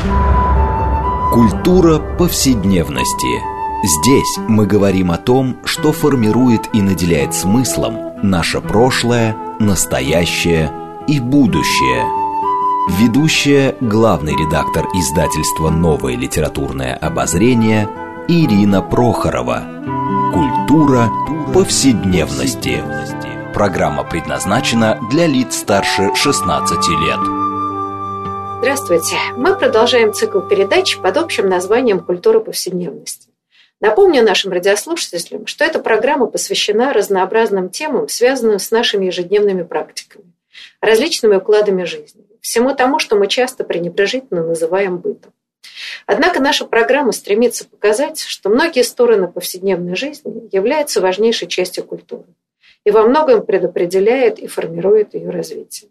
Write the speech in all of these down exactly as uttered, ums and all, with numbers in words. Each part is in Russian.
Культура повседневности. Здесь мы говорим о том, что формирует и наделяет смыслом наше прошлое, настоящее и будущее. Ведущая, главный редактор издательства «Новое литературное обозрение» Ирина Прохорова. Культура повседневности. Программа предназначена для лиц старше шестнадцати лет. Здравствуйте! Мы продолжаем цикл передач под общим названием «Культура повседневности». Напомню нашим радиослушателям, что эта программа посвящена разнообразным темам, связанным с нашими ежедневными практиками, различными укладами жизни, всему тому, что мы часто пренебрежительно называем бытом. Однако наша программа стремится показать, что многие стороны повседневной жизни являются важнейшей частью культуры и во многом предопределяет и формирует ее развитие.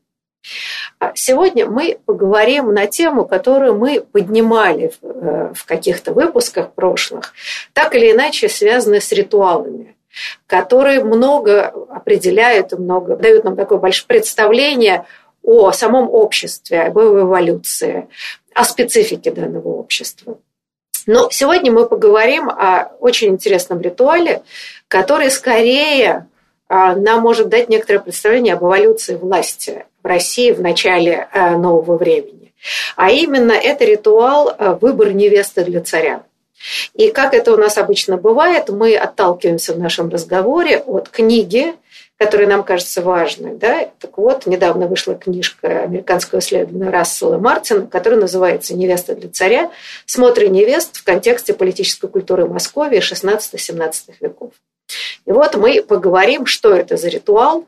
Сегодня мы поговорим на тему, которую мы поднимали в каких-то выпусках прошлых, так или иначе связанные с ритуалами, которые много определяют и много дают нам такое большое представление о самом обществе, об его эволюции, о специфике данного общества. Но сегодня мы поговорим о очень интересном ритуале, который скорее нам может дать некоторое представление об эволюции власти в России в начале нового времени. А именно, это ритуал «Выбор невесты для царя». И как это у нас обычно бывает, мы отталкиваемся в нашем разговоре от книги, которая нам кажется важной. Да? Так вот, недавно вышла книжка американского исследователя Рассела Мартина, которая называется «Невеста для царя. Смотры невест в контексте политической культуры Московии шестнадцатого-семнадцатого веков». И вот мы поговорим, что это за ритуал,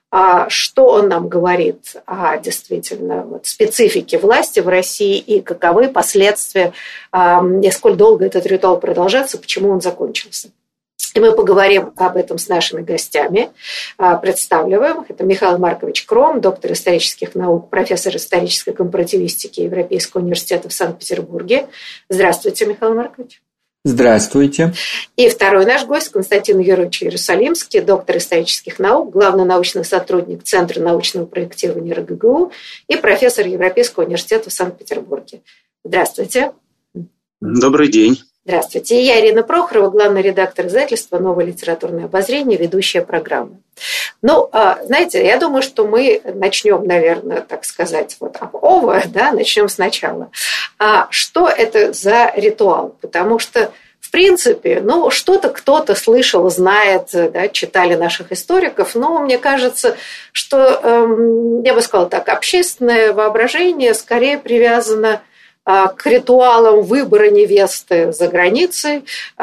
что он нам говорит о действительно вот, специфике власти в России и каковы последствия, и сколь долго этот ритуал продолжается, почему он закончился. И мы поговорим об этом с нашими гостями. Представляем их. Это Михаил Маркович Кром, доктор исторических наук, профессор исторической компаративистики Европейского университета в Санкт-Петербурге. Здравствуйте, Михаил Маркович. Здравствуйте. И второй наш гость Константин Юрьевич Иерусалимский, доктор исторических наук, главный научный сотрудник Центра научного проектирования РГГУ и профессор Европейского университета в Санкт-Петербурге. Здравствуйте. Добрый день. Здравствуйте. И я, Ирина Прохорова, главный редактор издательства «Новое литературное обозрение», ведущая программы. Ну, знаете, я думаю, что мы начнем, наверное, так сказать, вот об ОВА, да, начнем сначала. А что это за ритуал? Потому что, в принципе, ну, что-то кто-то слышал, знает, да, читали наших историков, но мне кажется, что, эм, я бы сказала так, общественное воображение скорее привязано к ритуалам выбора невесты за границей,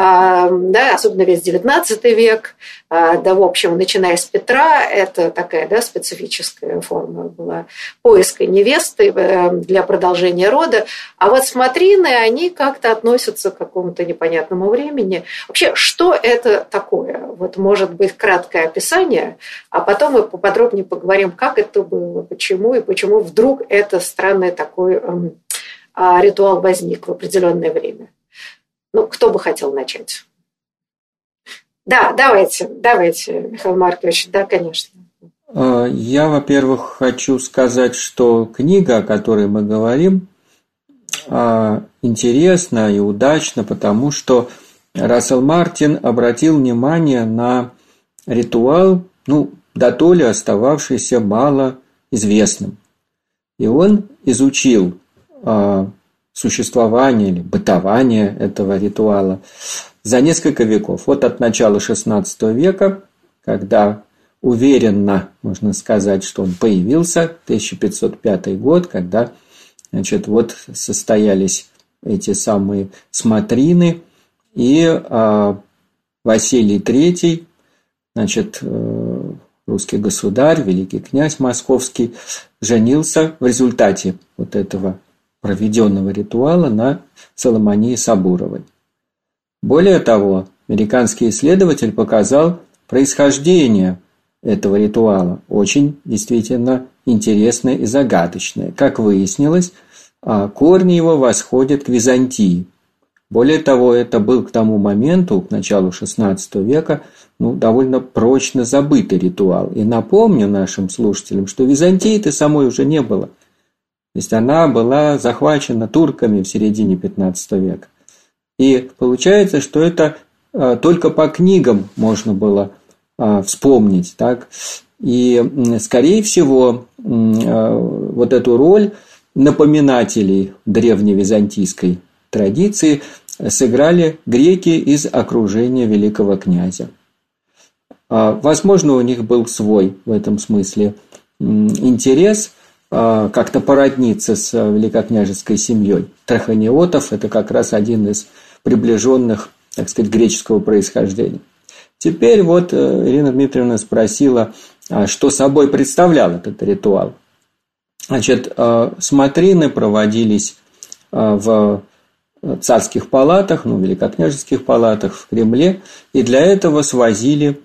да, особенно весь девятнадцатый век, да, в общем, начиная с Петра, это такая, да, специфическая форма была поиска невесты для продолжения рода. А вот смотрины, они как-то относятся к какому-то непонятному времени. Вообще, что это такое? Вот, может быть, краткое описание, а потом мы поподробнее поговорим, как это было, почему и почему вдруг это странный такой ритуал возник в определенное время. Ну, кто бы хотел начать? Да, давайте, давайте, Михаил Маркович, да, конечно. Я, во-первых, хочу сказать, что книга, о которой мы говорим, интересна и удачна, потому что Рассел Мартин обратил внимание на ритуал, ну, дотоле остававшийся малоизвестным. И он изучил существование или бытование этого ритуала за несколько веков. Вот от начала шестнадцатого века, когда уверенно можно сказать, что он появился, тысяча пятьсот пятый год, когда, значит, вот состоялись эти самые смотрины, и а, Василий третий, значит, русский государь, великий князь московский, женился в результате вот этого проведенного ритуала на Соломонии Сабуровой. Более того, американский исследователь показал происхождение этого ритуала, очень действительно интересное и загадочное. Как выяснилось, корни его восходят к Византии. Более того, это был к тому моменту, к началу шестнадцатого века, ну, довольно прочно забытый ритуал. И напомню нашим слушателям, что Византии-то самой уже не было. есть она была захвачена турками в середине пятнадцатого века. И получается, что это только по книгам можно было вспомнить. Так? И, скорее всего, вот эту роль напоминателей древневизантийской традиции сыграли греки из окружения великого князя. Возможно, у них был свой в этом смысле интерес как-то породниться с великокняжеской семьей. Траханиотов – это как раз один из приближенных, так сказать, греческого происхождения. Теперь вот Ирина Дмитриевна спросила, что собой представлял этот ритуал. Значит, смотрины проводились в царских палатах, ну, великокняжеских палатах в Кремле, и для этого свозили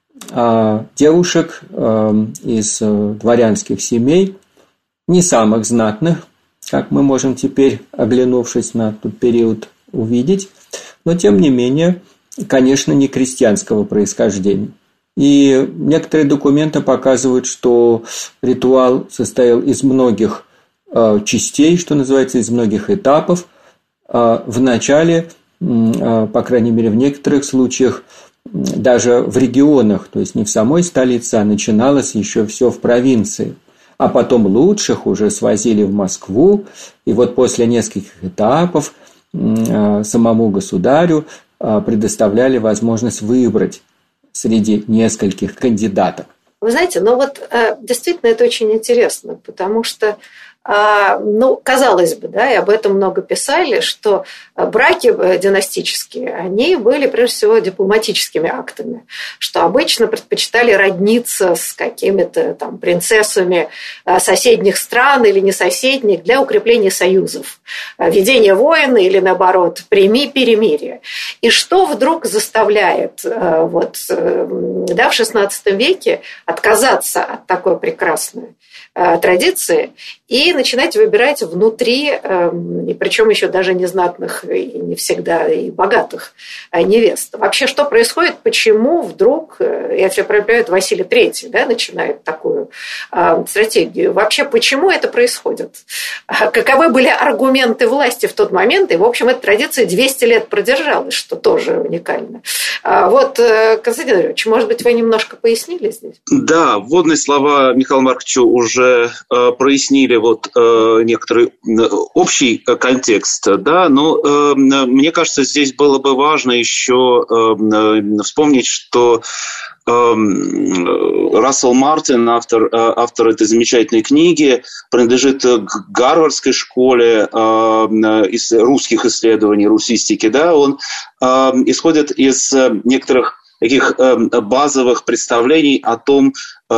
девушек из дворянских семей, не самых знатных, как мы можем теперь, оглянувшись на тот период, увидеть, но тем не менее, конечно, не крестьянского происхождения. И некоторые документы показывают, что ритуал состоял из многих частей, что называется, из многих этапов. В начале, по крайней мере, в некоторых случаях, даже в регионах, то есть не в самой столице, а начиналось еще все в провинции. А потом лучших уже свозили в Москву, и вот после нескольких этапов самому государю предоставляли возможность выбрать среди нескольких кандидатов. Вы знаете, ну вот действительно это очень интересно, потому что, ну, казалось бы, да, и об этом много писали, что браки династические, они были прежде всего дипломатическими актами, что обычно предпочитали родниться с какими-то там принцессами соседних стран или не соседних для укрепления союзов, ведения войн или, наоборот, прими перемирие. И что вдруг заставляет вот, да, в шестнадцатом веке отказаться от такой прекрасной традиции и начинать выбирать внутри, и причем еще даже незнатных и не всегда и богатых невест. Вообще, что происходит, почему вдруг, я все проявляю, Василий Третий, да, начинает такую стратегию. Вообще, почему это происходит? Каковы были аргументы власти в тот момент? И, в общем, эта традиция двести лет продержалась, что тоже уникально. Вот, Константин Юрьевич, может быть, вы немножко пояснили здесь? Да, вводные слова Михаила Марковича уже э, прояснили вот э, некоторый общий контекст, да, но э, мне кажется, здесь было бы важно еще э, вспомнить, что Рассел Мартин, автор, автор этой замечательной книги, принадлежит к Гарвардской школе из русских исследований, русистики, да, он исходит из некоторых таких базовых представлений о том,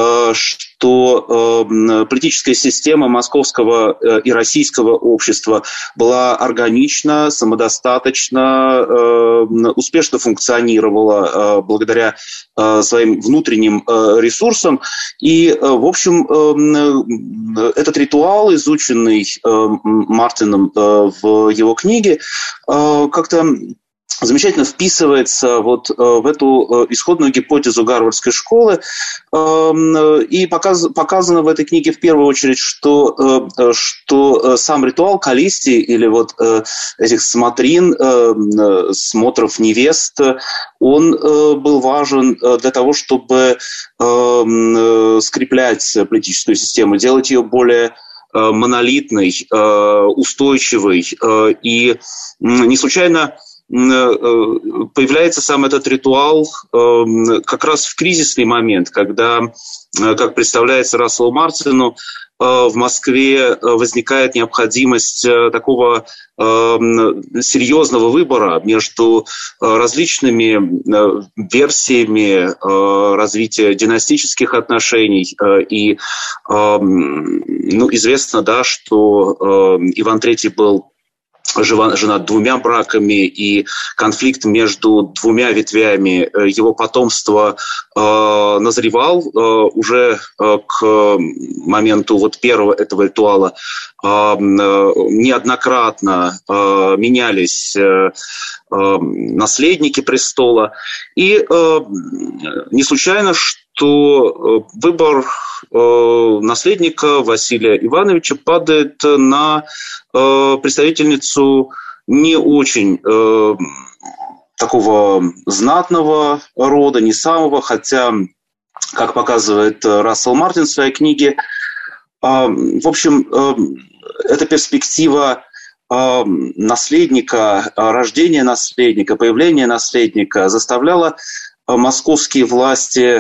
что политическая система московского и российского общества была органична, самодостаточна, успешно функционировала благодаря своим внутренним ресурсам. И, в общем, этот ритуал, изученный Мартином в его книге, как-то замечательно вписывается вот в эту исходную гипотезу Гарвардской школы. И показано в этой книге в первую очередь, что, что сам ритуал калистии или вот этих смотрин, смотров невест, он был важен для того, чтобы скреплять политическую систему, делать ее более монолитной, устойчивой. И не случайно появляется сам этот ритуал как раз в кризисный момент, когда, как представляется Расселу Мартину, в Москве возникает необходимость такого серьезного выбора между различными версиями развития династических отношений. И ну, известно, да, что Иван Третий был женат двумя браками, и конфликт между двумя ветвями его потомства э, назревал э, уже э, к моменту вот первого этого ритуала неоднократно менялись наследники престола. И не случайно, что выбор наследника Василия Ивановича падает на представительницу не очень такого знатного рода, не самого, хотя, как показывает Рассел Мартин в своей книге, в общем, эта перспектива наследника, рождения наследника, появления наследника заставляла московские власти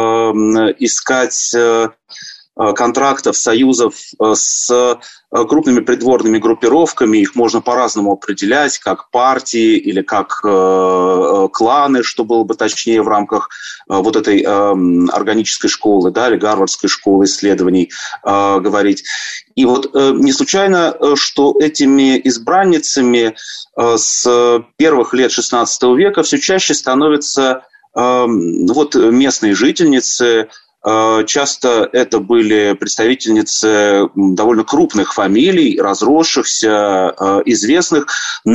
искать контрактов, союзов с крупными придворными группировками. Их можно по-разному определять, как партии или как э, кланы, что было бы точнее в рамках э, вот этой э, органической школы, да, или Гарвардской школы исследований э, говорить. И вот э, не случайно, что этими избранницами э, с первых лет шестнадцатого века все чаще становятся э, вот местные жительницы. Часто это были представительницы довольно крупных фамилий, разросшихся, известных,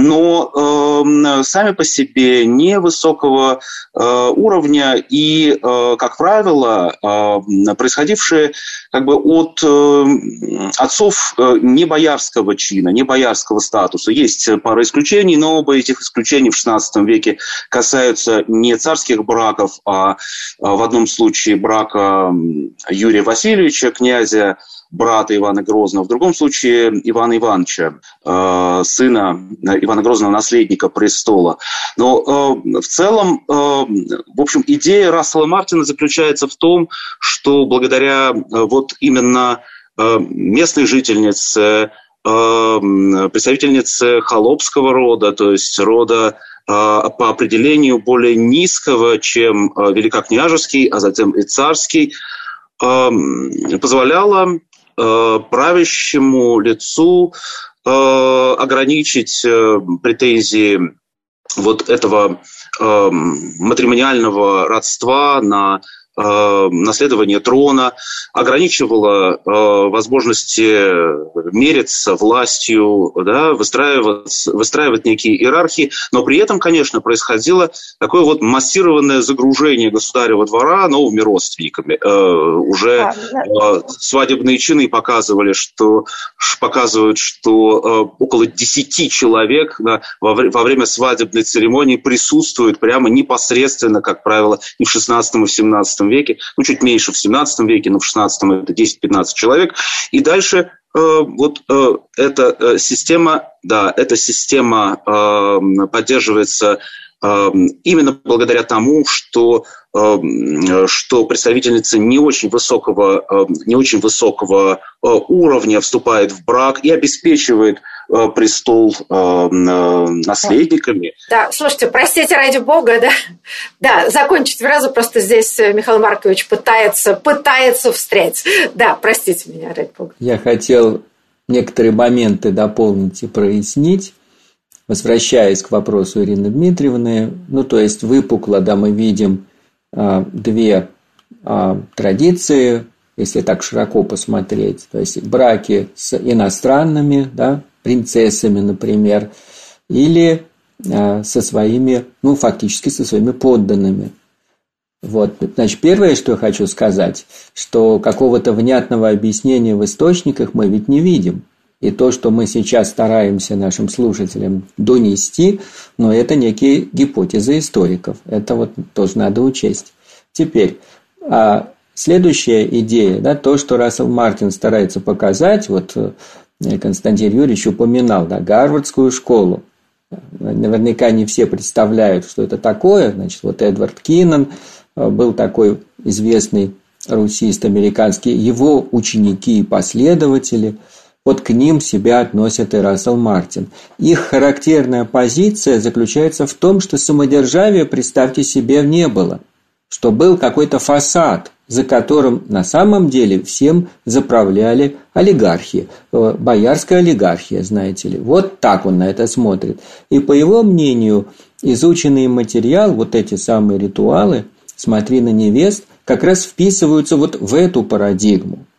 но сами по себе невысокого уровня и, как правило, происходившие как бы от отцов не боярского чина, не боярского статуса. Есть пара исключений, но оба этих исключений в шестнадцатом веке касаются не царских браков, а в одном случае брака Юрия Васильевича, князя, брата Ивана Грозного, в другом случае Ивана Ивановича, сына Ивана Грозного, наследника престола. Но в целом, в общем, идея Рассела Мартина заключается в том, что благодаря вот именно местной жительнице, представительнице холопского рода, то есть рода по определению более низкого, чем великокняжеский, а затем и царский, позволяло правящему лицу ограничить претензии вот этого матримониального родства на наследование трона, ограничивало возможности мериться властью, да, выстраивать, выстраивать некие иерархии, но при этом, конечно, происходило такое вот массированное загружение государева двора новыми родственниками. Уже а, да. свадебные чины показывали, что, показывают, что около десяти человек, да, во время свадебной церемонии присутствуют прямо непосредственно, как правило, и в шестнадцатом, и в семнадцатом веке, ну, чуть меньше в семнадцатом веке, но в шестнадцатом это десять-пятнадцать человек. И дальше э, вот э, эта э, система, да, эта система э, поддерживается э, именно благодаря тому, что, э, что представительница не очень высокого, э, не очень высокого э, уровня вступает в брак и обеспечивает престол э, наследниками. Да, слушайте, простите ради бога, да, да, закончить фразу, просто здесь Михаил Маркович пытается, пытается встрять. Да, простите меня ради бога. Я хотел некоторые моменты дополнить и прояснить, возвращаясь к вопросу Ирины Дмитриевны. Ну, то есть выпукло, да, мы видим а, две а, традиции, если так широко посмотреть, то есть браки с иностранными, да, принцессами, например, или э, со своими, ну, фактически со своими подданными. Вот, значит, первое, что я хочу сказать, что какого-то внятного объяснения в источниках мы ведь не видим. И то, что мы сейчас стараемся нашим слушателям донести, но это некие гипотезы историков. Это вот тоже надо учесть. Теперь, а следующая идея, да, то, что Рассел Мартин старается показать, вот Константин Юрьевич упоминал, да, Гарвардскую школу. Наверняка не все представляют, что это такое. Значит, вот Эдвард Киннон был такой известный русист американский, его ученики и последователи, вот к ним себя относят и Рассел Мартин. Их характерная позиция заключается в том, что самодержавия, представьте себе, не было, что был какой-то фасад, за которым на самом деле всем заправляли олигархи, боярская олигархия, знаете ли. Вот так он на это смотрит. И по его мнению, изученный материал, вот эти самые ритуалы, смотри на невест, как раз вписываются вот в эту парадигму.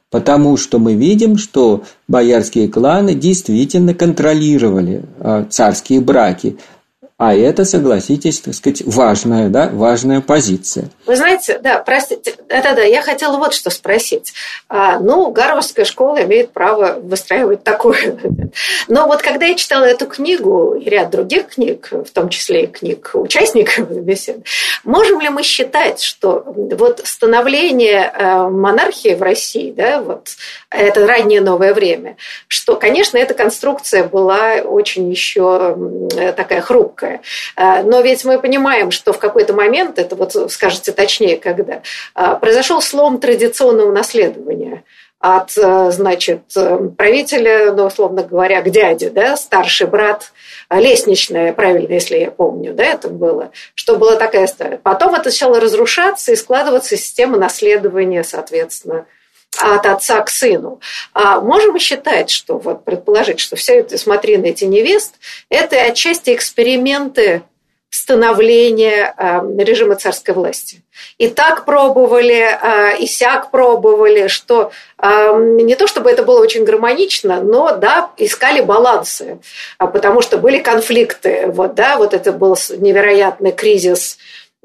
Потому что мы видим, что боярские кланы действительно контролировали царские браки. А это, согласитесь, так сказать, важная, да, важная позиция. Вы знаете, да, простите, да-да-да, я хотела вот что спросить. А, ну, Гарвардская школа имеет право выстраивать такое. Но вот когда я читала эту книгу и ряд других книг, в том числе и книг участников беседы, можем ли мы считать, что вот становление монархии в России, да, вот это раннее новое время, что, конечно, эта конструкция была очень еще такая хрупкая. Но ведь мы понимаем, что в какой-то момент, это вот скажете точнее, когда, произошел слом традиционного наследования от, значит, правителя, ну, условно говоря, к дяде, да, старший брат, лестничная, правильно, если я помню, да, это было, что была такая история. Потом это начало разрушаться и складываться система наследования, соответственно, от отца к сыну. А можем мы считать, что, вот, предположить, что все это «Смотри на эти невест» – это отчасти эксперименты становления э, режима царской власти. И так пробовали, э, и сяк пробовали, что э, не то чтобы это было очень гармонично, но, да, искали балансы, потому что были конфликты. Вот, да, вот это был невероятный кризис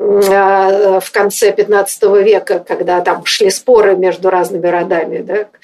в конце пятнадцатого века, когда там шли споры между разными родами,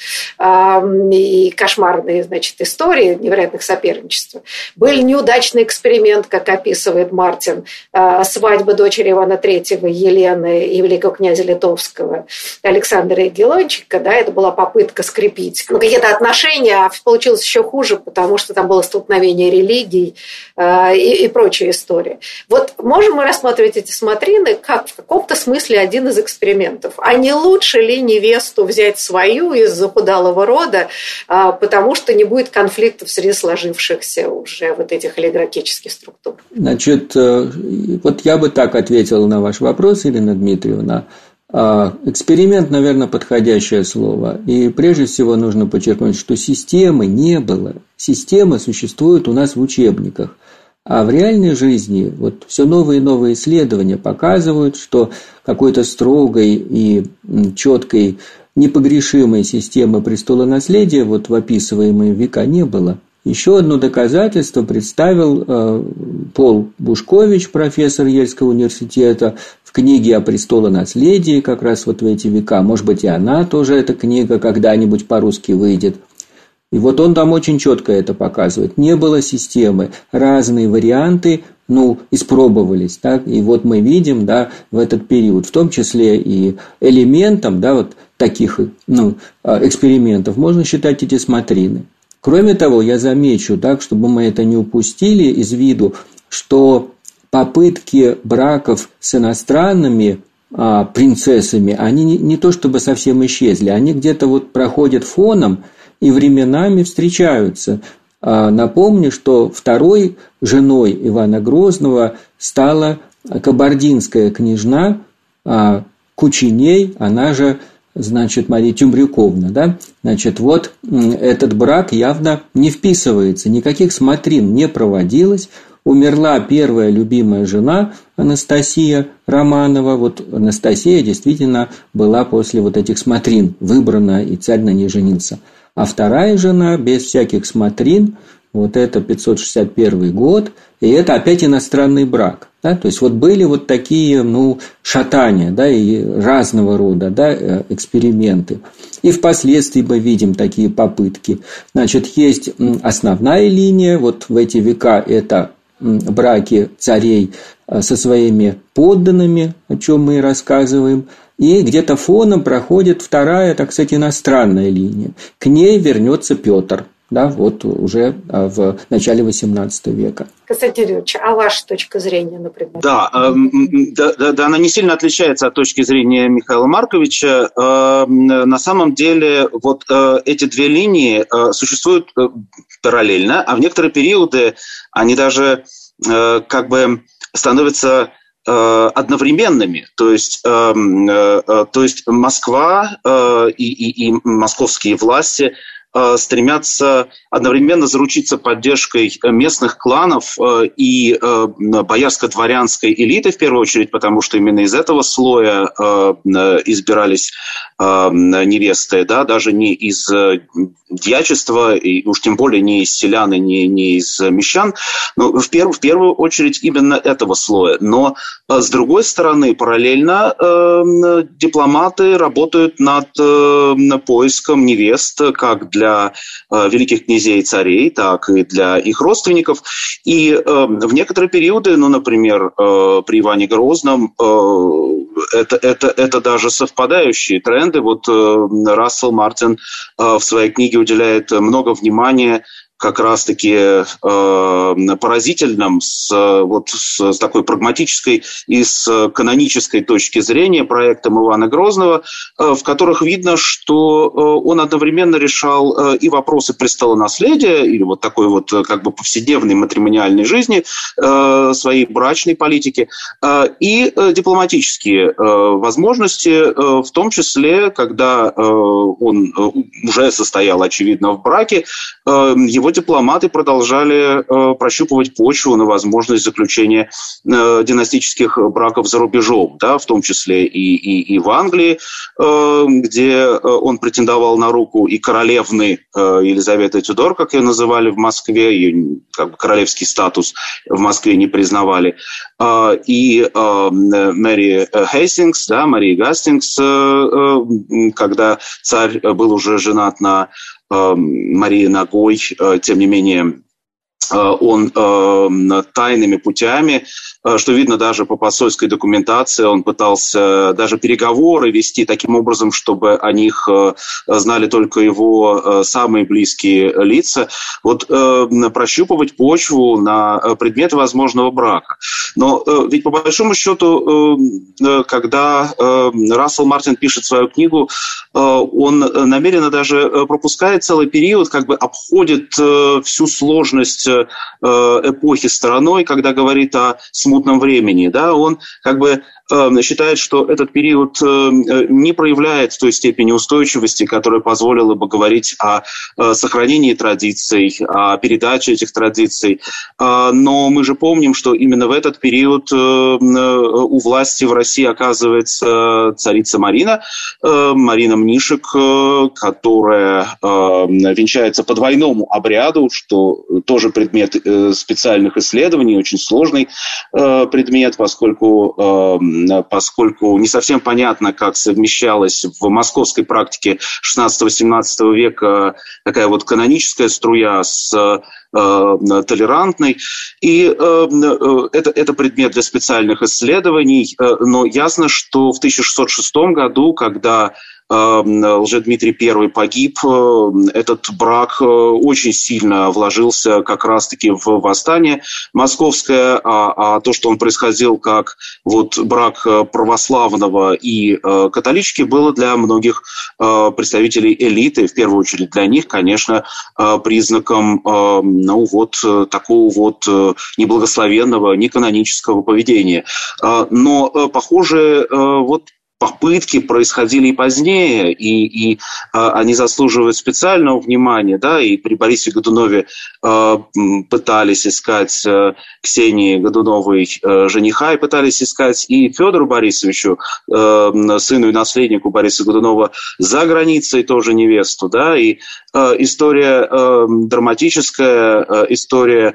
да, и кошмарные, значит, истории невероятных соперничеств. Был неудачный эксперимент, как описывает Мартин, свадьба дочери Ивана Третьего Елены и великого князя Литовского Александра Ягеллончика. Да, это была попытка скрепить ну, какие-то отношения, а получилось еще хуже, потому что там было столкновение религий и, и прочая история. Вот можем мы рассматривать эти смотрины как в каком-то смысле один из экспериментов. А не лучше ли невесту взять свою из захудалого рода, потому что не будет конфликтов среди сложившихся уже вот этих олигархических структур? Значит, вот я бы так ответила на ваш вопрос, Ирина Дмитриевна. Эксперимент, наверное, подходящее слово. И прежде всего нужно подчеркнуть, что системы не было. Система существует у нас в учебниках. А в реальной жизни вот все новые и новые исследования показывают, что какой-то строгой и четкой, непогрешимой системы престолонаследия вот в описываемые века не было. Еще одно доказательство представил э, Пол Бушкович, профессор Ельского университета, в книге о престолонаследии как раз вот в эти века. Может быть, и она тоже, эта книга, когда-нибудь по-русски выйдет. И вот он там очень четко это показывает. Не было системы, разные варианты, ну, испробовались, так? И вот мы видим, да, в этот период, в том числе и элементом, да, вот таких, ну, экспериментов можно считать эти смотрины. Кроме того, я замечу, так, чтобы мы это не упустили из виду, что попытки браков с иностранными а, принцессами, они не, не то чтобы совсем исчезли, они где-то вот проходят фоном, и временами встречаются. Напомню, что второй женой Ивана Грозного стала кабардинская княжна Кучиней, она же, значит, Мария Тюмрюковна. Да? Значит, вот этот брак явно не вписывается, никаких смотрин не проводилось. Умерла первая любимая жена Анастасия Романова. Вот Анастасия действительно была после вот этих смотрин выбрана, и царь на ней женился. А вторая жена, без всяких смотрин, вот это пятьсот шестьдесят первый год, и это опять иностранный брак. Да? То есть, вот были вот такие, ну, шатания, да, и разного рода, да, эксперименты. И впоследствии мы видим такие попытки. Значит, есть основная линия, вот в эти века это браки царей со своими подданными, о чем мы и рассказываем. И где-то фоном проходит вторая, так сказать, иностранная линия. К ней вернется Петр, да, вот уже в начале восемнадцатого века. Константин Юрьевич, а ваша точка зрения, например? Да, э, да, да, да, она не сильно отличается от точки зрения Михаила Марковича. Э, на самом деле, вот э, эти две линии э, существуют э, параллельно, а в некоторые периоды они даже э, как бы становятся одновременными, то есть, э, э, то есть Москва э, и, и, и московские власти стремятся одновременно заручиться поддержкой местных кланов и боярско-дворянской элиты, в первую очередь, потому что именно из этого слоя избирались невесты, да, даже не из дьячества, и уж тем более не из селян и не, не из мещан, но в, перв, в первую очередь именно этого слоя. Но с другой стороны, параллельно э, дипломаты работают над э, поиском невест как для э, великих князей и царей, так и для их родственников. И э, в некоторые периоды, ну, например, э, при Иване Грозном, э, это, это, это даже совпадающие тренды. Вот э, Рассел Мартин э, в своей книге уделяет много внимания как раз-таки э, поразительным с, вот, с, с такой прагматической и с канонической точки зрения проектом Ивана Грозного, э, в которых видно, что э, он одновременно решал э, и вопросы престолонаследия, или вот такой вот э, как бы повседневной матримониальной жизни, э, своей брачной политики, э, и э, дипломатические э, возможности, э, в том числе, когда э, он уже состоял, очевидно, в браке, э, его дипломаты продолжали э, прощупывать почву на возможность заключения э, династических браков за рубежом, да, в том числе и, и, и в Англии, э, где он претендовал на руку и королевны э, Елизаветы Тюдор, как ее называли в Москве, ее как бы, королевский статус в Москве не признавали, э, и э, Мэри Хейстингс, да, Мария Гастингс, э, э, когда царь был уже женат на Марии Ногой, тем не менее, он тайными путями, что видно даже по посольской документации, он пытался даже переговоры вести таким образом, чтобы о них знали только его самые близкие лица, вот прощупывать почву на предмет возможного брака. Но ведь по большому счету, когда Рассел Мартин пишет свою книгу, он намеренно даже пропускает целый период, как бы обходит всю сложность эпохи стороной, когда говорит о смутном времени. Да, он как бы считает, что этот период не проявляет той степени устойчивости, которая позволила бы говорить о сохранении традиций, о передаче этих традиций. Но мы же помним, что именно в этот период у власти в России оказывается царица Марина, Марина Мнишек, которая венчается по двойному обряду, что тоже предмет специальных исследований, очень сложный предмет, поскольку поскольку не совсем понятно, как совмещалась в московской практике шестнадцатого-семнадцатого века такая вот каноническая струя с э, толерантной. И э, это, это предмет для специальных исследований, но ясно, что в тысяча шестьсот шестом году, когда Лжедмитрий Первый погиб, этот брак очень сильно вложился как раз-таки в восстание московское, а, а то, что он происходил как вот брак православного и э, католички, было для многих э, представителей элиты, в первую очередь для них, конечно, э, признаком э, ну, вот, такого вот э, неблагословенного, неканонического поведения. Э, но, э, похоже, э, вот попытки происходили и позднее, и, и а, они заслуживают специального внимания, да, и при Борисе Годунове а, пытались искать а, Ксении Годуновой а, жениха, и пытались искать и Федору Борисовичу, а, сыну и наследнику Бориса Годунова, за границей тоже невесту, да, и а, история а, драматическая, а, история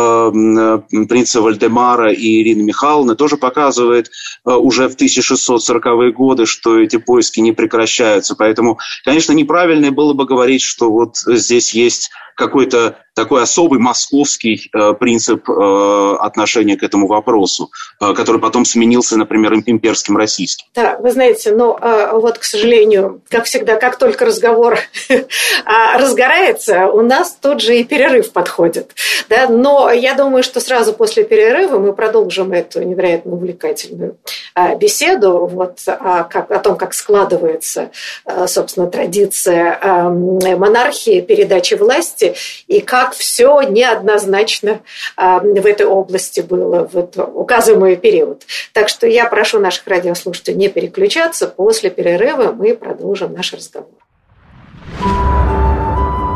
принца Вальдемара и Ирины Михайловны тоже показывает уже в тысяча шестьсот сороковые годы, что эти поиски не прекращаются. Поэтому, конечно, неправильно было бы говорить, что вот здесь есть какой-то такой особый московский э, принцип э, отношения к этому вопросу, э, который потом сменился, например, имперским российским. Да, вы знаете, ну э, вот, к сожалению, как всегда, как только разговор разгорается, у нас тут же и перерыв подходит. Да? Но я думаю, что сразу после перерыва мы продолжим эту невероятно увлекательную э, беседу вот, о, как, о том, как складывается, э, собственно, традиция э, монархии, передачи власти, и как все неоднозначно а, в этой области было в этот указываемый период. Так что я прошу наших радиослушателей не переключаться. После перерыва мы продолжим наш разговор.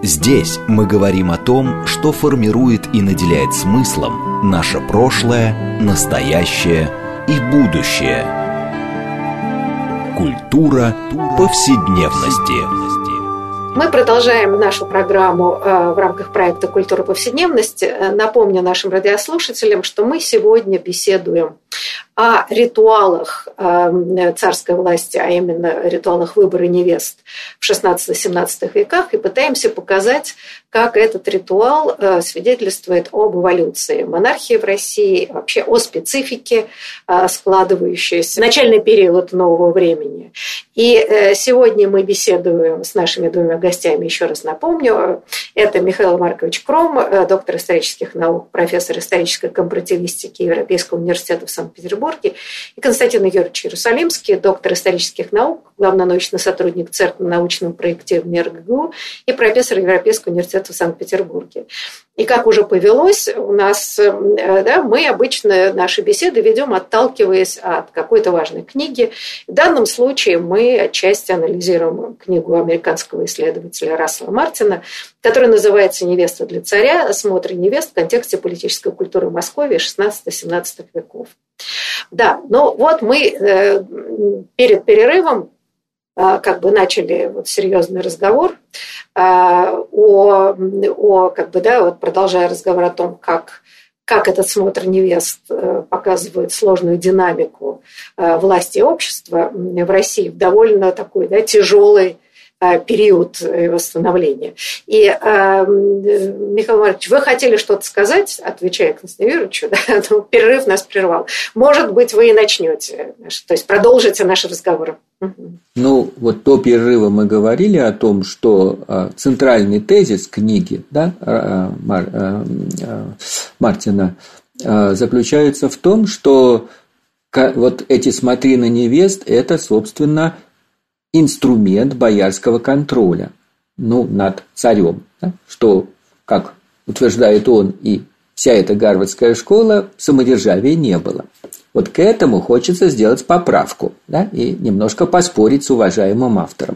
Здесь мы говорим о том, что формирует и наделяет смыслом наше прошлое, настоящее и будущее. Культура повседневности. Мы продолжаем нашу программу в рамках проекта «Культура повседневности». Напомню нашим радиослушателям, что мы сегодня беседуем о ритуалах царской власти, а именно ритуалах выбора невест в шестнадцатом-семнадцатом веках, и пытаемся показать, как этот ритуал свидетельствует об эволюции монархии в России, вообще о специфике, складывающейся в начальный период нового времени. И сегодня мы беседуем с нашими двумя гостями, еще раз напомню, это Михаил Маркович Кром, доктор исторических наук, профессор исторической компаративистики Европейского университета в Санкт-Петербурге, и Константин Юрьевич Иерусалимский, доктор исторических наук, главный научный сотрудник Центра научного проектирования эр гэ гэ у и профессор Европейского университета в Санкт-Петербурге. И как уже повелось, у нас, да, мы обычно наши беседы ведем, отталкиваясь от какой-то важной книги. В данном случае мы отчасти анализируем книгу американского исследователя Рассела Мартина, которая называется «Невеста для царя. Осмотр невест в контексте политической культуры Москвы шестнадцатого-семнадцатого веков». Да, ну вот мы перед перерывом как бы начали вот серьезный разговор о, о как бы, да, вот продолжая разговор о том, как, как этот смотр невест показывает сложную динамику власти и общества в России в довольно такой, да, тяжелый период восстановления. И, Михаил Маркович, вы хотели что-то сказать, отвечая Константину Юрьевичу, да, но перерыв нас прервал. Может быть, вы и начнете, то есть продолжите наш разговор. Ну, вот до перерыва мы говорили о том, что центральный тезис книги, да, Мартина заключается в том, что вот эти «Смотри на невест» – это, собственно, инструмент боярского контроля, ну, над царем, да, что, как утверждает он и вся эта гарвардская школа, самодержавия не было. Вот к этому хочется сделать поправку, да, и немножко поспорить с уважаемым автором.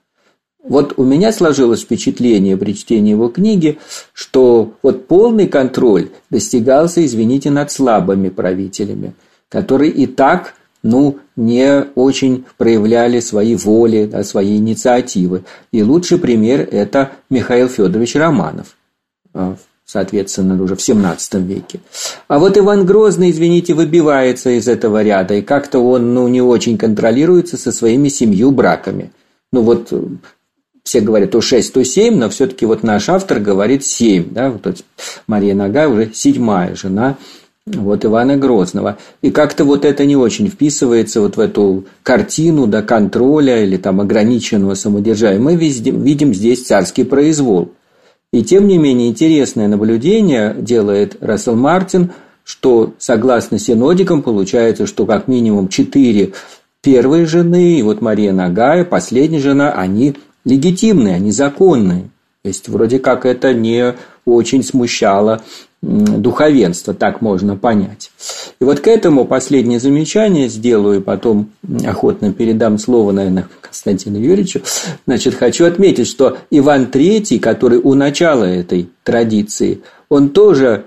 Вот у меня сложилось впечатление при чтении его книги, что вот полный контроль достигался, извините, над слабыми правителями, которые и так, ну, не очень проявляли свои воли, да, свои инициативы. И лучший пример – это Михаил Федорович Романов, соответственно, уже в семнадцатом веке. А вот Иван Грозный, извините, выбивается из этого ряда, и как-то он, ну, не очень контролируется со своими семью браками. Ну, вот все говорят то шесть, то семь, но все-таки вот наш автор говорит семь, да, вот Мария Нагая уже седьмая жена вот Ивана Грозного. И как-то вот это не очень вписывается вот в эту картину, да, контроля или там ограниченного самодержавия. Мы видим, видим здесь царский произвол. И тем не менее интересное наблюдение делает Рассел Мартин, что согласно синодикам получается, что как минимум четыре первые жены, и вот Мария Нагая, последняя жена, они легитимные, они законные. То есть вроде как это не очень смущало духовенство, так можно понять. И вот к этому последнее замечание сделаю, и потом охотно передам слово, наверное, Константину Юрьевичу. Значит, хочу отметить, что Иван Третий, который у начала этой традиции, он тоже,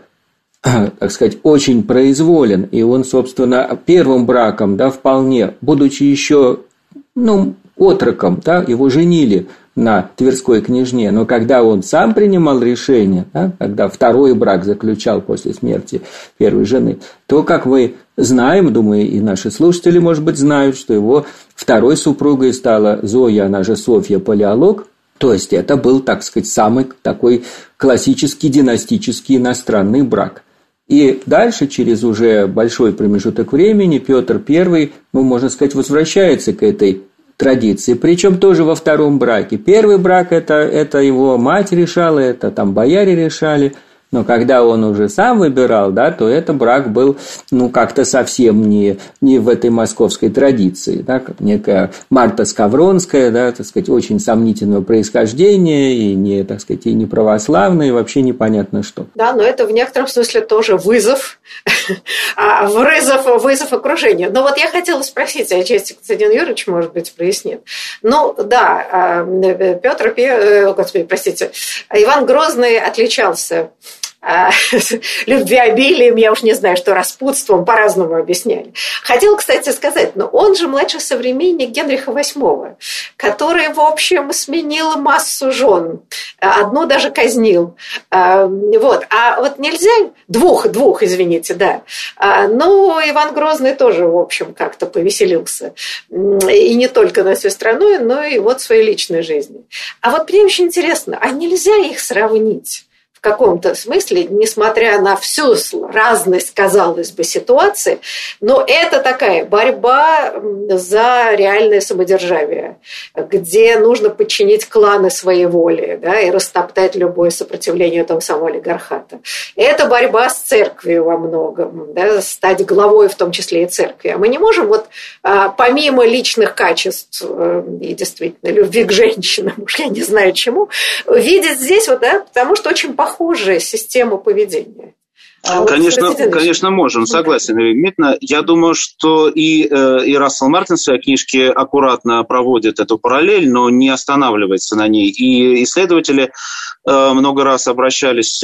так сказать, очень произволен, и он, собственно, первым браком, да, вполне, будучи еще, ну, отроком, да, его женили на Тверской княжне, но когда он сам принимал решение, да, когда второй брак заключал после смерти первой жены, то, как мы знаем, думаю, и наши слушатели, может быть, знают, что его второй супругой стала Зоя, она же Софья Палеолог, то есть это был, так сказать, самый такой классический династический иностранный брак. И дальше, через уже большой промежуток времени, Петр Первый, ну, можно сказать, возвращается к этой традиции, причем тоже во втором браке. Первый брак это, это его мать решала, это там бояре решали, Но когда он уже сам выбирал, да, то это брак был, ну, как-то совсем не, не в этой московской традиции, да, как некая Марта Скавронская, да, так сказать, очень сомнительного происхождения, и не, так сказать, и не православная, и вообще непонятно что. Да, но это в некотором смысле тоже вызов, вызов, вызов окружения. Но вот я хотела спросить, а отчасти Константин Юрьевич, может быть, прояснит. Ну, да, Петр, господи, простите, Иван Грозный отличался любвеобилием, я уж не знаю, что распутством, по-разному объясняли. Хотела, кстати, сказать, но он же младший современник Генриха восьмого, который, в общем, сменил массу жен, одну даже казнил. Вот. А вот нельзя... Двух, двух, извините, да. Но Иван Грозный тоже, в общем, как-то повеселился. И не только на всю страну, но и вот в своей личной жизни. А вот мне очень интересно, а нельзя их сравнить? В каком-то смысле, несмотря на всю разность, казалось бы, ситуации, но это такая борьба за реальное самодержавие, где нужно подчинить кланы своей воле, да, и растоптать любое сопротивление этому самому олигархата. Это борьба с церковью во многом, да, стать главой, в том числе и церкви. А мы не можем вот помимо личных качеств и действительно любви к женщинам, уж я не знаю чему, видеть здесь вот, да, потому что очень похоже похожая система поведения. Конечно, вот, конечно, можем, согласен, Дмитрий. Я думаю, что и, и Рассел Мартин в своей книжке аккуратно проводит эту параллель, но не останавливается на ней. И исследователи много раз обращались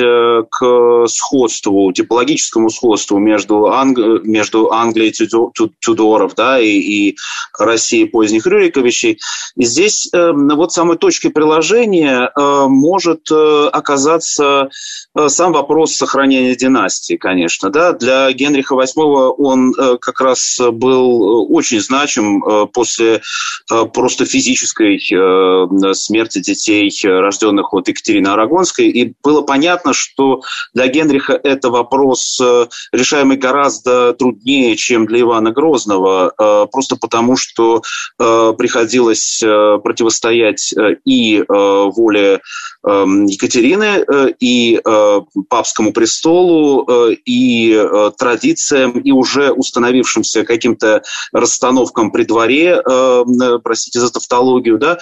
к сходству, типологическому сходству между, Анг... между Англией Тюдоров, да, и, и Россией поздних Рюриковичей. И здесь вот самой точкой приложения может оказаться сам вопрос сохранения династии, конечно. Да? Для Генриха восьмого он как раз был очень значим после просто физической смерти детей, рожденных от Екатерины Арагонской. И было понятно, что для Генриха это вопрос, решаемый гораздо труднее, чем для Ивана Грозного, просто потому, что приходилось противостоять и воле Екатерины, и папскому престолу, и традициям, и уже установившимся каким-то расстановкам при дворе, простите за тавтологию, да,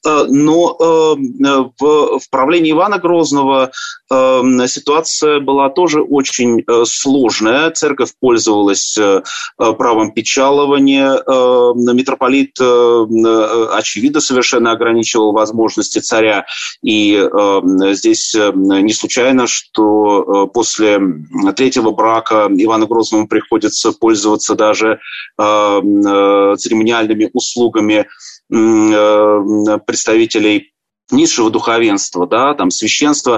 но в, в правлении Ивана Грозного ситуация была тоже очень сложная. Церковь пользовалась правом печалования, митрополит, очевидно, совершенно ограничивал возможности царя, и здесь не случайно, что после третьего брака Ивану Грозному приходится пользоваться даже церемониальными услугами представителей низшего духовенства, да, там священства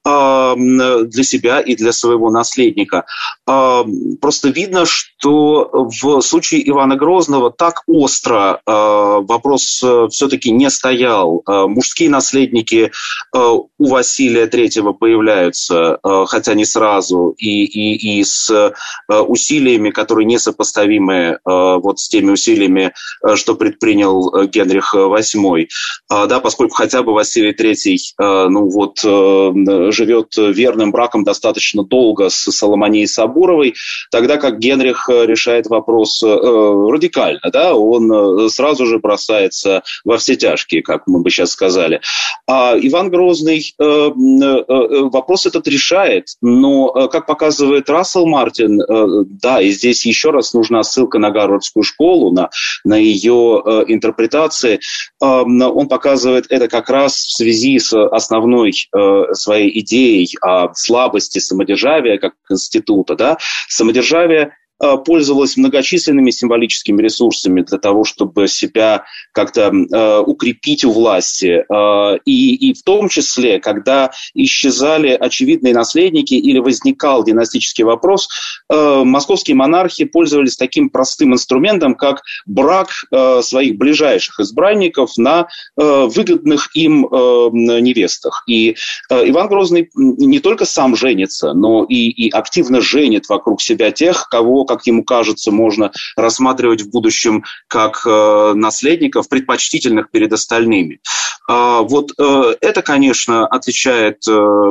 для себя и для своего наследника. Просто видно, что в случае Ивана Грозного так остро вопрос все-таки не стоял. Мужские наследники у Василия третьего появляются, хотя не сразу, и, и, и с усилиями, которые несопоставимы вот с теми усилиями, что предпринял Генрих восьмой, да, поскольку хотя бы Василий третий, ну вот, живет верным браком достаточно долго с Соломонией Сабуровой, тогда как Генрих решает вопрос э, радикально, да, он сразу же бросается во все тяжкие, как мы бы сейчас сказали. А Иван Грозный э, э, вопрос этот решает, но, э, как показывает Рассел Мартин, э, да, и здесь еще раз нужна ссылка на Гарвардскую школу, на, на ее э, интерпретации, э, он показывает это как раз в связи с основной э, своей идеей о слабости самодержавия как института, да, самодержавие пользовалась многочисленными символическими ресурсами для того, чтобы себя как-то э, укрепить у власти. Э, и, и в том числе, когда исчезали очевидные наследники или возникал династический вопрос, э, московские монархи пользовались таким простым инструментом, как брак э, своих ближайших избранников на э, выгодных им э, невестах. И э, Иван Грозный не только сам женится, но и, и активно женит вокруг себя тех, кого кого, как ему кажется, можно рассматривать в будущем как наследников, предпочтительных перед остальными. Вот это, конечно, отличает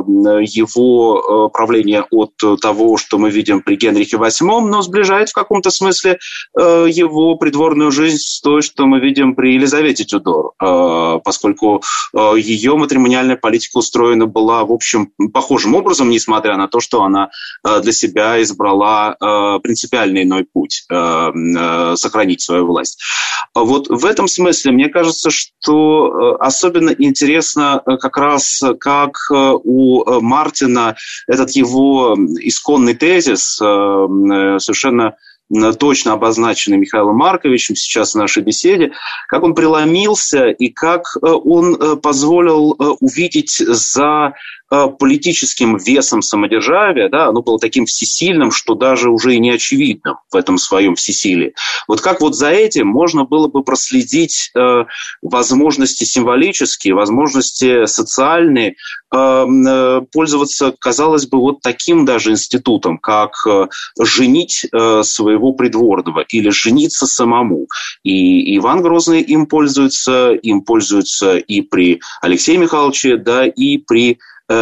его правление от того, что мы видим при Генрихе восьмом, но сближает в каком-то смысле его придворную жизнь с той, что мы видим при Елизавете Тюдор, поскольку ее матримониальная политика устроена была, в общем, похожим образом, несмотря на то, что она для себя избрала принципиально иной путь – сохранить свою власть. Вот в этом смысле, мне кажется, что особенно интересно как раз, как у Мартина этот его исконный тезис, совершенно точно обозначенный Михаилом Марковичем сейчас в нашей беседе, как он преломился и как он позволил увидеть за политическим весом самодержавия, да, оно было таким всесильным, что даже уже и не очевидно в этом своем всесилии. Вот как вот за этим можно было бы проследить э, возможности символические, возможности социальные, э, э, пользоваться, казалось бы, вот таким даже институтом, как э, женить э, своего придворного или жениться самому. И Иван Грозный им пользуется, им пользуется и при Алексее Михайловиче, да, и при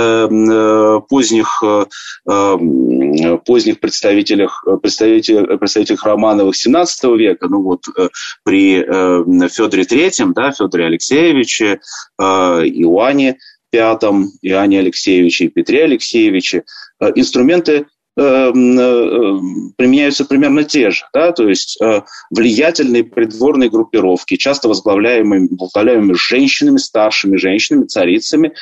поздних, поздних представителях, представителях, представителях Романовых семнадцатого века, ну вот при Федоре Третьем, да, Федоре Алексеевиче, Иоанне Пятом, Иоанне Алексеевиче и Петре Алексеевиче, инструменты применяются примерно те же, да, то есть влиятельные придворные группировки, часто возглавляемые, возглавляемые женщинами, старшими женщинами, царицами,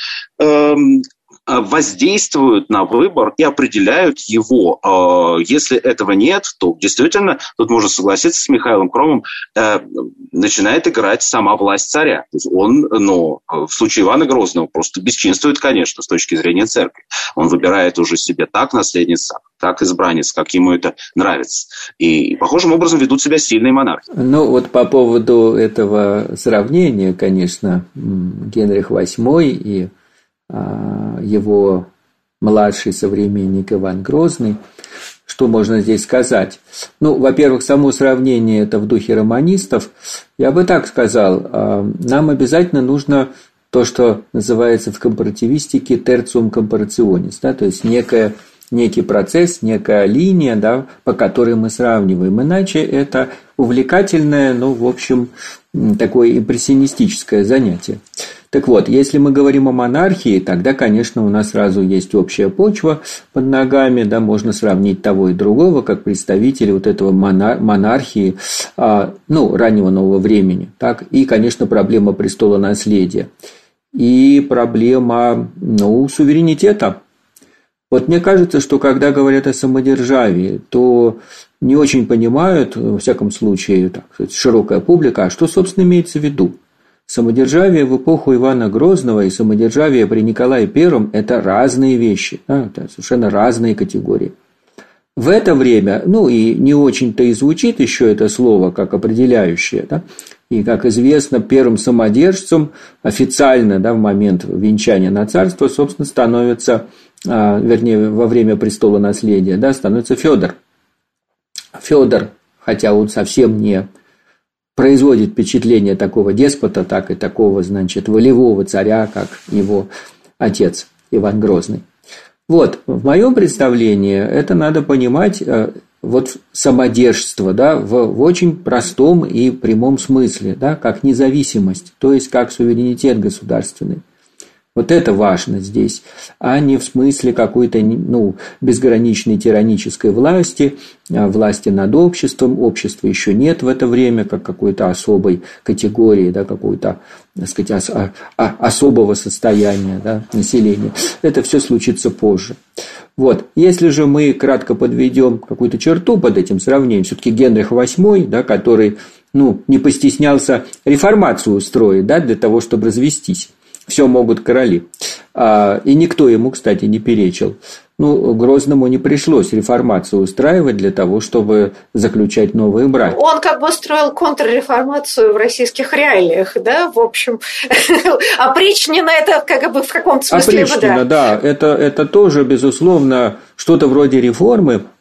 воздействуют на выбор и определяют его. Если этого нет, то действительно, тут можно согласиться с Михаилом Кромом, начинает играть сама власть царя. Он, ну, в случае Ивана Грозного просто бесчинствует, конечно, с точки зрения церкви. Он выбирает уже себе так наследница, так избранниц, как ему это нравится. И похожим образом ведут себя сильные монархи. Ну, вот по поводу этого сравнения, конечно, Генрих восьмой и его младший современник Иван Грозный. Что можно здесь сказать? Ну, во-первых, само сравнение это в духе романистов. Я бы так сказал, нам обязательно нужно то, что называется в компаративистике tertium comparationis, да, то есть некая, некий процесс, некая линия, да, по которой мы сравниваем. Иначе это увлекательное, ну, в общем, такое импрессионистическое занятие. Так вот, если мы говорим о монархии, тогда, конечно, у нас сразу есть общая почва под ногами, да, можно сравнить того и другого, как представители вот этого монархии, ну, раннего нового времени, так, и, конечно, проблема престолонаследия, и проблема, ну, суверенитета. Вот мне кажется, что когда говорят о самодержавии, то не очень понимают, во всяком случае, так сказать, широкая публика, а что, собственно, имеется в виду. Самодержавие в эпоху Ивана Грозного и самодержавие при Николае Первом – это разные вещи, да, это совершенно разные категории. В это время, ну и не очень-то и звучит еще это слово как определяющее, да, и, как известно, первым самодержцем официально, да, в момент венчания на царство, собственно, становится, а, вернее, во время престолонаследия, да, становится Федор. Федор, хотя он совсем не производит впечатление такого деспота, так и такого, значит, волевого царя, как его отец Иван Грозный. Вот, в моем представлении это надо понимать, вот самодержство, да, в, в очень простом и прямом смысле, да, как независимость, то есть как суверенитет государственный. Вот это важно здесь, а не в смысле какой-то, ну, безграничной тиранической власти, власти над обществом. Общества еще нет в это время, как какой-то особой категории, да, какой-то, так сказать, ос- особого состояния, да, населения. Это все случится позже. Вот. Если же мы кратко подведем какую-то черту под этим сравнением, все-таки Генрих восьмой, да, который, ну, не постеснялся реформацию устроить, да, для того, чтобы развестись. Все могут короли. И никто ему, кстати, не перечил. Ну, Грозному не пришлось реформацию устраивать для того, чтобы заключать новые браки. Он как бы устроил контрреформацию в российских реалиях, да, в общем. Опричнина это как бы в каком-то смысле... Опричнина, да. Это, это тоже, безусловно, что-то вроде реформы.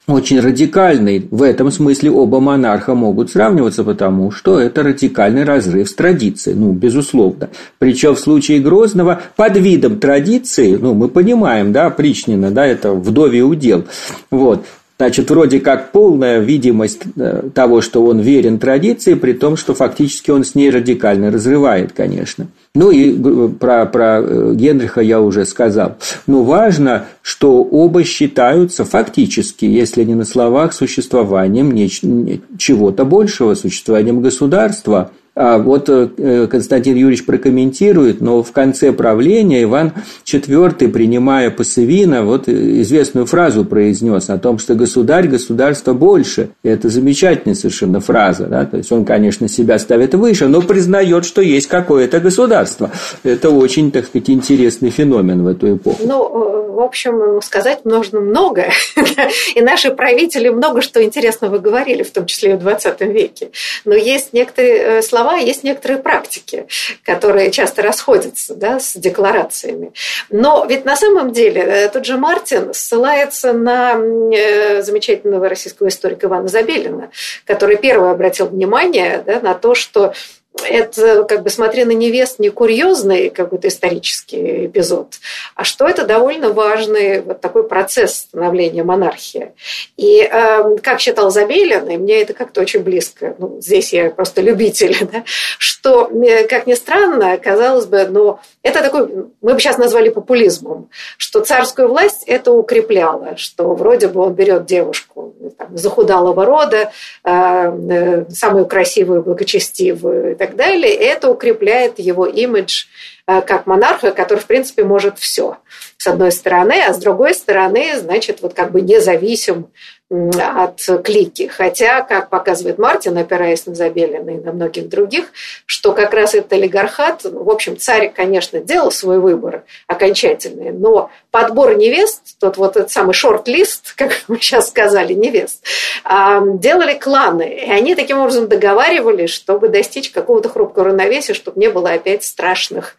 очень радикальный. В этом смысле оба монарха могут сравниваться, потому что это радикальный разрыв с традицией, ну, безусловно. Причем в случае Грозного под видом традиции, ну, мы понимаем, да, Причнина, да, это вдовий удел, вот. Значит, вроде как полная видимость того, что он верен традиции, при том, что фактически он с ней радикально разрывает, конечно. Ну и про, про Генриха я уже сказал. Но важно, что оба считаются фактически, если не на словах, существованием чего-то большего, существованием государства. А вот Константин Юрьевич прокомментирует, но в конце правления Иван четвёртый, принимая Пассавина, вот известную фразу произнес о том, что государь, государство больше. И это замечательная совершенно фраза. Да? То есть он, конечно, себя ставит выше, но признает, что есть какое-то государство. Это очень, так сказать, интересный феномен в эту эпоху. Ну, в общем, сказать нужно много. И наши правители много что интересного говорили, в том числе и в двадцатом веке. Но есть некоторые слова, есть некоторые практики, которые часто расходятся, да, с декларациями. Но ведь на самом деле тот же Мартин ссылается на замечательного российского историка Ивана Забелина, который первый обратил внимание, да, на то, что это, как бы, смотри на невест, не курьезный какой-то исторический эпизод, а что это довольно важный вот такой процесс становления монархии. И, э, как считал Забелин, и мне это как-то очень близко, ну, здесь я просто любитель, да, что, как ни странно, казалось бы, но это такой, мы бы сейчас назвали популизмом, что царскую власть это укрепляло, что вроде бы он берет девушку там, захудалого рода, э, э, самую красивую, благочестивую, и так далее, и это укрепляет его имидж как монарха, который, в принципе, может все, с одной стороны, а с другой стороны, значит, вот как бы независим от клики. Хотя, как показывает Мартин, опираясь на Забелина и на многих других, что как раз этот олигархат, в общем, царь, конечно, делал свой выбор окончательный, но подбор невест, тот вот этот самый шорт-лист, как мы сейчас сказали, невест, делали кланы. И они таким образом договаривались, чтобы достичь какого-то хрупкого равновесия, чтобы не было опять страшных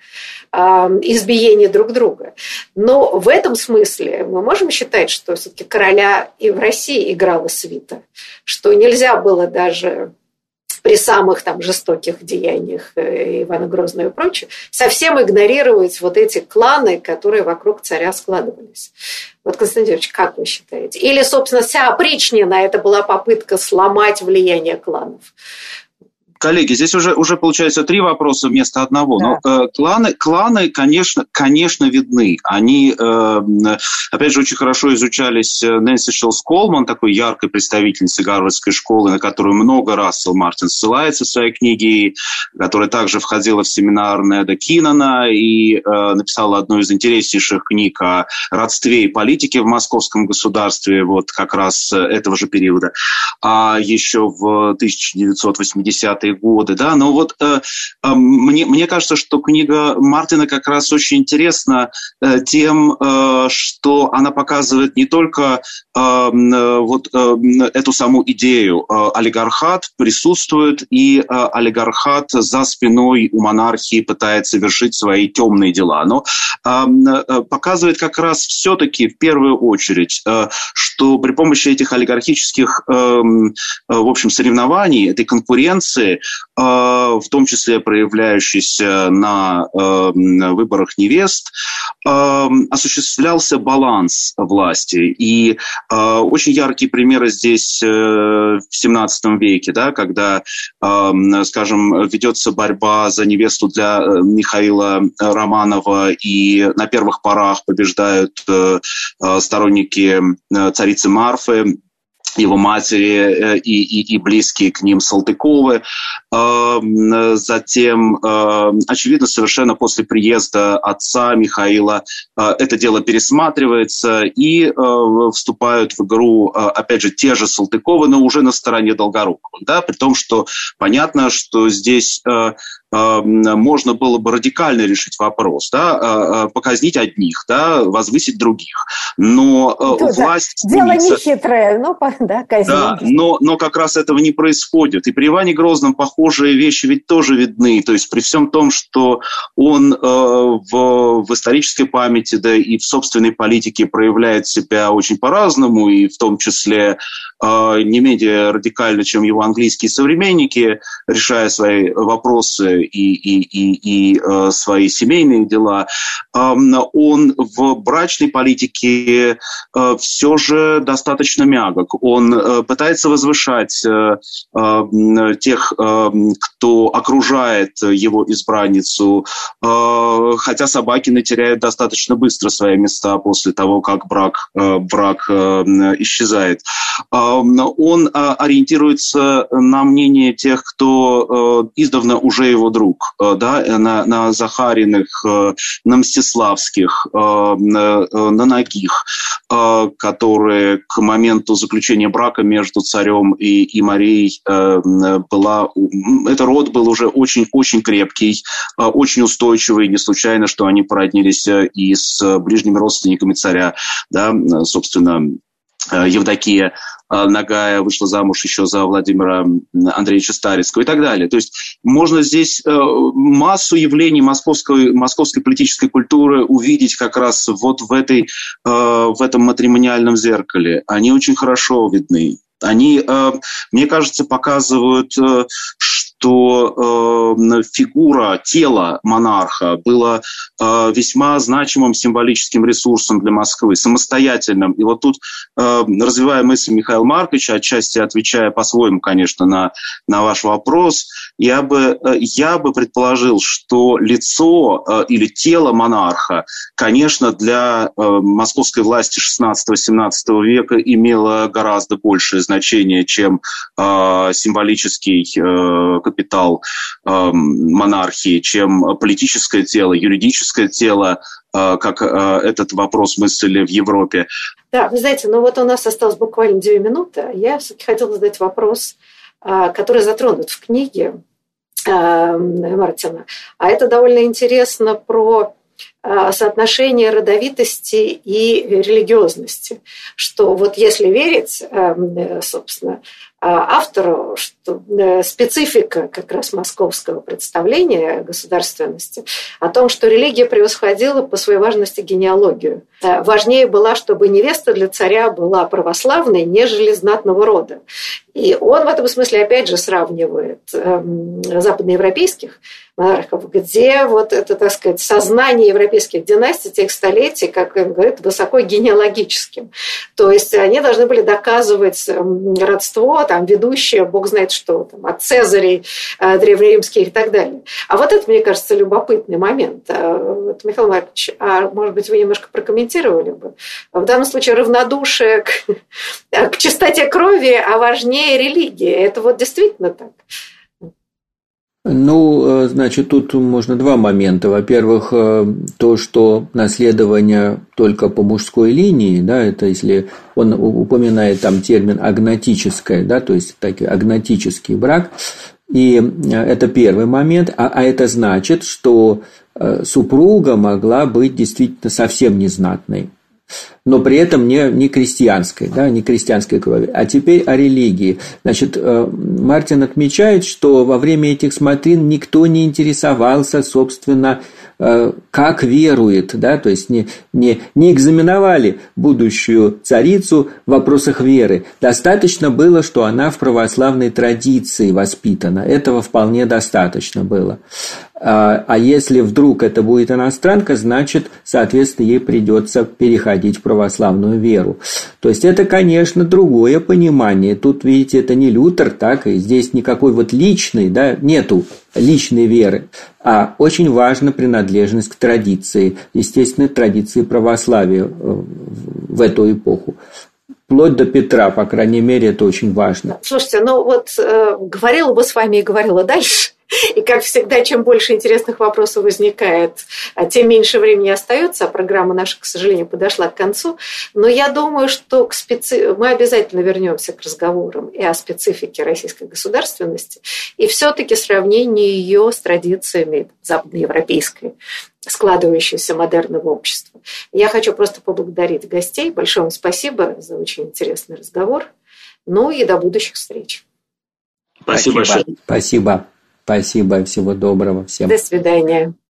избиений друг друга. Но в этом смысле мы можем считать, что все-таки короля и в России играла свита, что нельзя было даже при самых там жестоких деяниях Ивана Грозного и прочее совсем игнорировать вот эти кланы, которые вокруг царя складывались. Вот, Константин Юрьевич, как вы считаете? Или, собственно, вся опричнина – это была попытка сломать влияние кланов? Коллеги, здесь уже, уже получается три вопроса вместо одного. Да. Но э, кланы, кланы, конечно, конечно, видны. Они, э, опять же, очень хорошо изучались Нэнси Шиллс Колман, такой яркой представительницей Гарвардской школы, на которую много раз Сэл Мартин ссылается в своей книге, которая также входила в семинар Неда Киннона и э, написала одну из интереснейших книг о родстве и политике в московском государстве, вот как раз этого же периода. А еще в тысяча девятьсот восьмидесятые годы, да, но вот э, э, мне, мне кажется, что книга Мартина как раз очень интересна э, тем, э, что она показывает не только э, э, вот э, эту саму идею. Э, олигархат присутствует, и э, олигархат за спиной у монархии пытается вершить свои темные дела, но э, э, показывает как раз все-таки в первую очередь, э, что при помощи этих олигархических э, э, в общем, соревнований, этой конкуренции, в том числе проявляющийся на выборах невест, осуществлялся баланс власти. И очень яркие примеры здесь в семнадцатом веке, да, когда, скажем, ведется борьба за невесту для Михаила Романова, и на первых порах побеждают сторонники царицы Марфы, его матери и, и, и близкие к ним Салтыковы. Затем, очевидно, совершенно после приезда отца Михаила это дело пересматривается, и вступают в игру, опять же, те же Салтыковы, но уже на стороне Долгорукова. Да? При том, что понятно, что здесь можно было бы радикально решить вопрос, да, показнить одних, да, возвысить других. Но Тут, власть... Да. Дело не хитрое, но, да, казнить. Да, но, но как раз этого не происходит. И при Иване Грозном похожие вещи ведь тоже видны. То есть при всем том, что он э, в, в исторической памяти, да и в собственной политике проявляет себя очень по-разному, и в том числе э, не менее радикально, чем его английские современники, решая свои вопросы и, и, и, и э, свои семейные дела, э, он в брачной политике э, все же достаточно мягок. Он э, пытается возвышать э, э, тех, э, кто окружает его избранницу, э, хотя Собакины теряют достаточно быстро свои места после того, как брак, э, брак э, исчезает. Э, он э, ориентируется на мнение тех, кто э, издавна уже его друг, э, да, на, на Захариных, э, на Мстиславских, э, на, на Нагих, э, которые к моменту заключения брака между царем и, и Марией э, была... Этот род был уже очень-очень крепкий, э, очень устойчивый. Не случайно, что они породнились и с ближними родственниками царя, да, собственно, Евдокия Нагая вышла замуж еще за Владимира Андреевича Старицкого и так далее. То есть можно здесь массу явлений московской, московской политической культуры увидеть как раз вот в, этой, в этом матримониальном зеркале. Они очень хорошо видны. Они, мне кажется, показывают, что фигура, тело монарха было весьма значимым символическим ресурсом для Москвы, самостоятельным. И вот тут, развивая мысль Михаила Марковича, отчасти отвечая по-своему, конечно, на, на ваш вопрос, я бы, я бы предположил, что лицо или тело монарха, конечно, для московской власти шестнадцатого-семнадцатого века имело гораздо большее значение, чем символический капитал монархии, чем политическое тело, юридическое тело, как этот вопрос мыслили в Европе. Да, вы знаете, ну вот у нас осталось буквально две минуты. Я все-таки хотела задать вопрос, который затронут в книге Мартина. А это довольно интересно про соотношение родовитости и религиозности. Что вот если верить, собственно, автору, что специфика как раз московского представления государственности о том, что религия превосходила по своей важности генеалогию. Важнее было, чтобы невеста для царя была православной, нежели знатного рода. И он в этом смысле опять же сравнивает западноевропейских монархов, где вот это, так сказать, сознание европейских династий тех столетий, как он говорит, высоко генеалогическим. То есть они должны были доказывать родство, там, ведущее, бог знает что, там, от Цезарей, древнеримских и так далее. А вот это, мне кажется, любопытный момент. Вот, Михаил Маркович, а может быть, вы немножко прокомментировали бы? В данном случае равнодушие к, к чистоте крови, а важнее религия. Это вот действительно так? Ну, значит, тут можно два момента. Во-первых, то, что наследование только по мужской линии, да, это если он упоминает там термин агнатическое, да, то есть такой агнатический брак, и это первый момент, а, а это значит, что супруга могла быть действительно совсем незнатной, но при этом не, не крестьянской, да, не крестьянской крови. А теперь о религии. Значит, Мартин отмечает, что во время этих смотрин никто не интересовался, собственно, как верует, да, то есть не, не, не экзаменовали будущую царицу в вопросах веры. Достаточно было, что она в православной традиции воспитана. Этого вполне достаточно было. А если вдруг это будет иностранка, значит, соответственно, ей придется переходить в православную веру. То есть это, конечно, другое понимание. Тут, видите, это не Лютер, так, и здесь никакой вот личной, да, нету личной веры, а очень важна принадлежность к традиции, естественно, традиции православия в эту эпоху. Вплоть до Петра, по крайней мере, это очень важно. Слушайте, ну вот э, говорила бы с вами и говорила дальше, И, как всегда, чем больше интересных вопросов возникает, тем меньше времени остается, а программа наша, к сожалению, подошла к концу. Но я думаю, что к специ... мы обязательно вернемся к разговорам и о специфике российской государственности, и все-таки сравнение ее с традициями западноевропейской, складывающейся модерного общества. Я хочу просто поблагодарить гостей. Большое вам спасибо за очень интересный разговор. Ну и до будущих встреч. Спасибо большое. Спасибо. Спасибо. Всего доброго всем. До свидания.